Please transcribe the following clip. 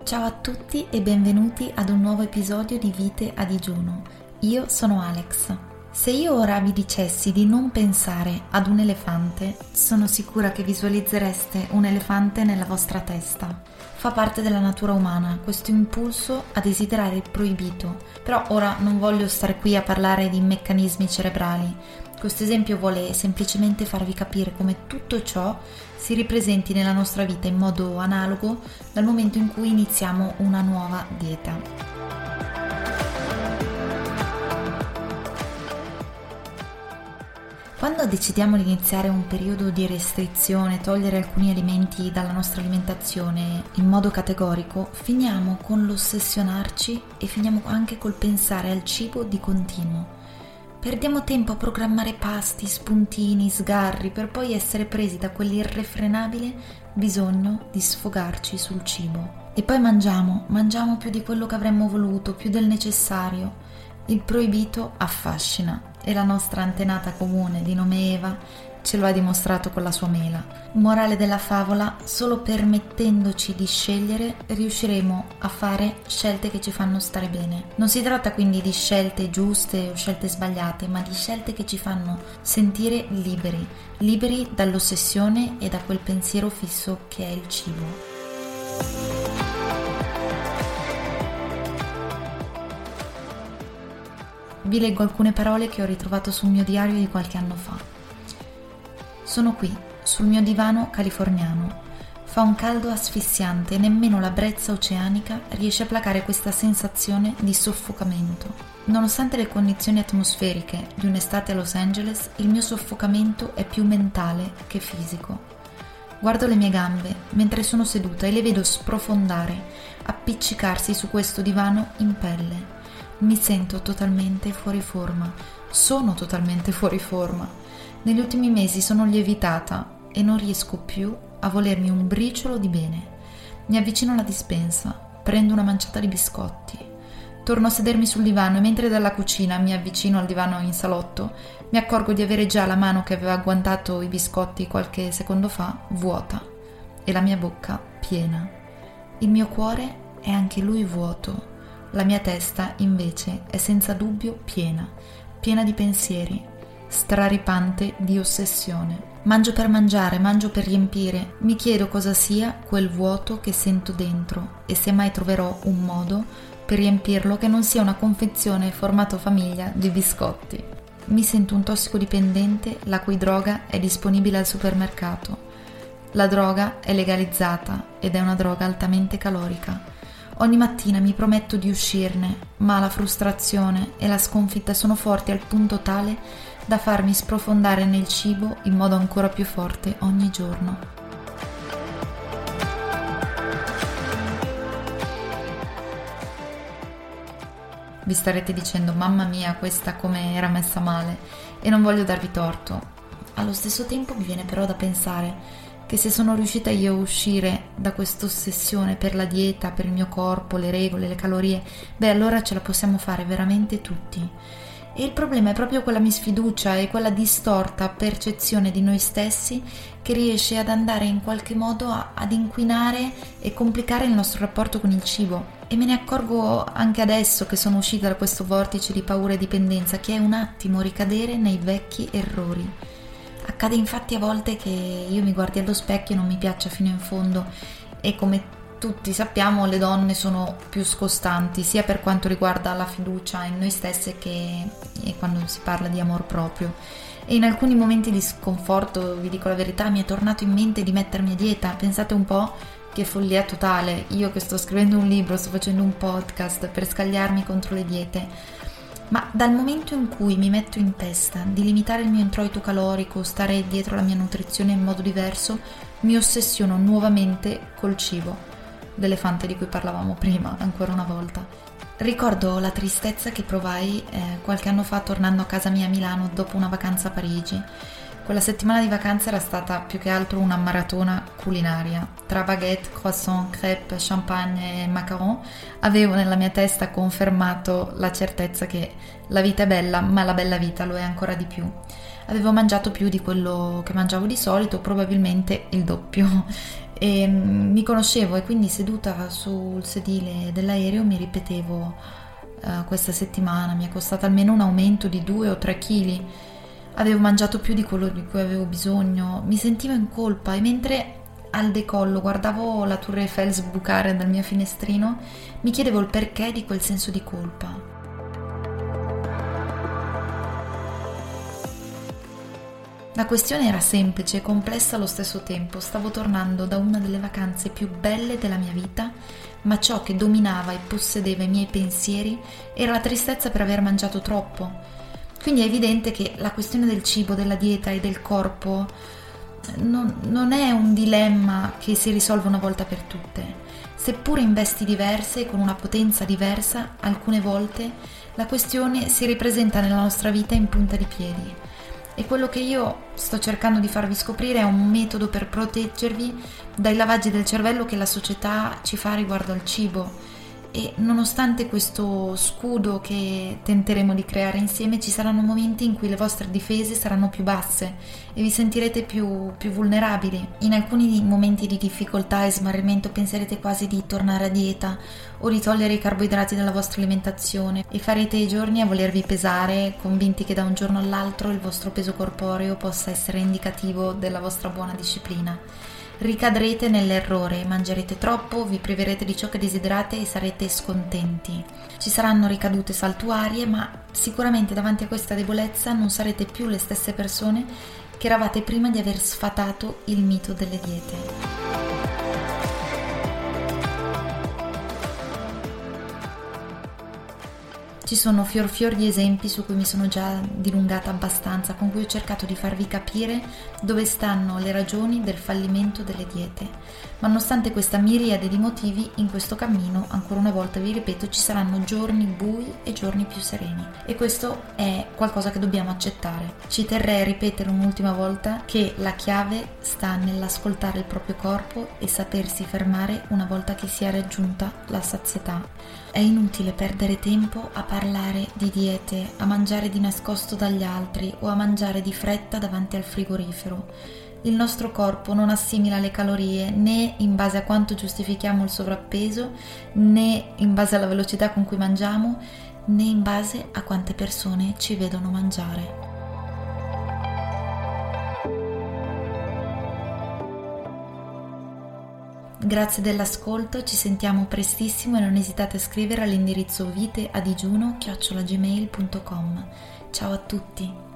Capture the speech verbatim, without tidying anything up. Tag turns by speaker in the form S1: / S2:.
S1: Ciao a tutti e benvenuti ad un nuovo episodio di Vite a digiuno. Io sono Alex. Se io ora vi dicessi di non pensare ad un elefante, sono sicura che visualizzereste un elefante nella vostra testa. Fa parte della natura umana questo impulso a desiderare il proibito, però ora non voglio stare qui a parlare di meccanismi cerebrali. Questo esempio vuole semplicemente farvi capire come tutto ciò si ripresenti nella nostra vita in modo analogo dal momento in cui iniziamo una nuova dieta. Quando decidiamo di iniziare un periodo di restrizione, togliere alcuni alimenti dalla nostra alimentazione in modo categorico, finiamo con l'ossessionarci e finiamo anche col pensare al cibo di continuo. Perdiamo tempo a programmare pasti, spuntini, sgarri per poi essere presi da quell'irrefrenabile bisogno di sfogarci sul cibo. E poi mangiamo, mangiamo più di quello che avremmo voluto, più del necessario. Il proibito affascina e la nostra antenata comune di nome Eva ce lo ha dimostrato con la sua mela. Morale della favola: solo permettendoci di scegliere riusciremo a fare scelte che ci fanno stare bene. Non si tratta quindi di scelte giuste o scelte sbagliate, ma di scelte che ci fanno sentire liberi, liberi dall'ossessione e da quel pensiero fisso che è il cibo. Vi leggo alcune parole che ho ritrovato sul mio diario di qualche anno fa. Sono qui, sul mio divano californiano. Fa un caldo asfissiante e nemmeno la brezza oceanica riesce a placare questa sensazione di soffocamento. Nonostante le condizioni atmosferiche di un'estate a Los Angeles, il mio soffocamento è più mentale che fisico. Guardo le mie gambe mentre sono seduta e le vedo sprofondare, appiccicarsi su questo divano in pelle. Mi sento totalmente fuori forma, sono totalmente fuori forma. Negli ultimi mesi sono lievitata e non riesco più a volermi un briciolo di bene. Mi avvicino alla dispensa, prendo una manciata di biscotti, torno a sedermi sul divano e mentre dalla cucina mi avvicino al divano in salotto, mi accorgo di avere già la mano che aveva agguantato i biscotti qualche secondo fa vuota e la mia bocca piena. Il mio cuore è anche lui vuoto. La mia testa, invece, è senza dubbio piena, piena di pensieri, straripante di ossessione. Mangio per mangiare, mangio per riempire. Mi chiedo cosa sia quel vuoto che sento dentro e se mai troverò un modo per riempirlo che non sia una confezione formato famiglia di biscotti. Mi sento un tossicodipendente la cui droga è disponibile al supermercato. La droga è legalizzata ed è una droga altamente calorica. Ogni mattina mi prometto di uscirne, ma la frustrazione e la sconfitta sono forti al punto tale da farmi sprofondare nel cibo in modo ancora più forte ogni giorno. Vi starete dicendo: mamma mia, questa come era messa male, e non voglio darvi torto. Allo stesso tempo mi viene però da pensare che se sono riuscita io a uscire da questa ossessione per la dieta, per il mio corpo, le regole, le calorie, beh, allora ce la possiamo fare veramente tutti. E il problema è proprio quella misfiducia e quella distorta percezione di noi stessi che riesce ad andare in qualche modo a, ad inquinare e complicare il nostro rapporto con il cibo. E me ne accorgo anche adesso che sono uscita da questo vortice di paura e dipendenza, che è un attimo ricadere nei vecchi errori. Accade infatti a volte che io mi guardi allo specchio e non mi piaccia fino in fondo, e come tutti sappiamo le donne sono più scostanti sia per quanto riguarda la fiducia in noi stesse che quando si parla di amor proprio. E in alcuni momenti di sconforto, vi dico la verità, mi è tornato in mente di mettermi a dieta. Pensate un po' che follia totale, io che sto scrivendo un libro, sto facendo un podcast per scagliarmi contro le diete. Ma dal momento in cui mi metto in testa di limitare il mio introito calorico, stare dietro la mia nutrizione in modo diverso, mi ossessiono nuovamente col cibo, l'elefante di cui parlavamo prima, ancora una volta. Ricordo la tristezza che provai eh, qualche anno fa tornando a casa mia a Milano dopo una vacanza a Parigi. Quella settimana di vacanza era stata più che altro una maratona culinaria. Tra baguette, croissant, crêpe, champagne e macaron avevo nella mia testa confermato la certezza che la vita è bella, ma la bella vita lo è ancora di più. Avevo mangiato più di quello che mangiavo di solito, probabilmente il doppio, E mm, mi conoscevo e quindi seduta sul sedile dell'aereo mi ripetevo: uh, questa settimana mi è costata almeno un aumento di due o tre chili, avevo mangiato più di quello di cui avevo bisogno, mi sentivo in colpa e mentre al decollo guardavo la Tour Eiffel sbucare dal mio finestrino mi chiedevo il perché di quel senso di colpa. La questione era semplice e complessa allo stesso tempo. Stavo tornando da una delle vacanze più belle della mia vita, ma ciò che dominava e possedeva i miei pensieri era la tristezza per aver mangiato troppo. Quindi è evidente che la questione del cibo, della dieta e del corpo non, non è un dilemma che si risolve una volta per tutte. Seppure in vesti diverse e con una potenza diversa, alcune volte la questione si ripresenta nella nostra vita in punta di piedi. E quello che io sto cercando di farvi scoprire è un metodo per proteggervi dai lavaggi del cervello che la società ci fa riguardo al cibo. E nonostante questo scudo che tenteremo di creare insieme, ci saranno momenti in cui le vostre difese saranno più basse e vi sentirete più, più vulnerabili. In alcuni momenti di difficoltà e smarrimento penserete quasi di tornare a dieta o di togliere i carboidrati dalla vostra alimentazione e farete i giorni a volervi pesare, convinti che da un giorno all'altro il vostro peso corporeo possa essere indicativo della vostra buona disciplina. Ricadrete nell'errore, mangerete troppo, vi priverete di ciò che desiderate e sarete scontenti. Ci saranno ricadute saltuarie, ma sicuramente davanti a questa debolezza non sarete più le stesse persone che eravate prima di aver sfatato il mito delle diete. Ci sono fior fior di esempi su cui mi sono già dilungata abbastanza, con cui ho cercato di farvi capire dove stanno le ragioni del fallimento delle diete. Ma nonostante questa miriade di motivi, in questo cammino, ancora una volta vi ripeto, ci saranno giorni bui e giorni più sereni. E questo è qualcosa che dobbiamo accettare. Ci terrei a ripetere un'ultima volta che la chiave sta nell'ascoltare il proprio corpo e sapersi fermare una volta che si è raggiunta la sazietà. È inutile perdere tempo a parlare di diete, a mangiare di nascosto dagli altri o a mangiare di fretta davanti al frigorifero. Il nostro corpo non assimila le calorie né in base a quanto giustifichiamo il sovrappeso, né in base alla velocità con cui mangiamo, né in base a quante persone ci vedono mangiare. Grazie dell'ascolto, ci sentiamo prestissimo e non esitate a scrivere all'indirizzo viteadigiuno chiocciola gmail punto com. Ciao a tutti!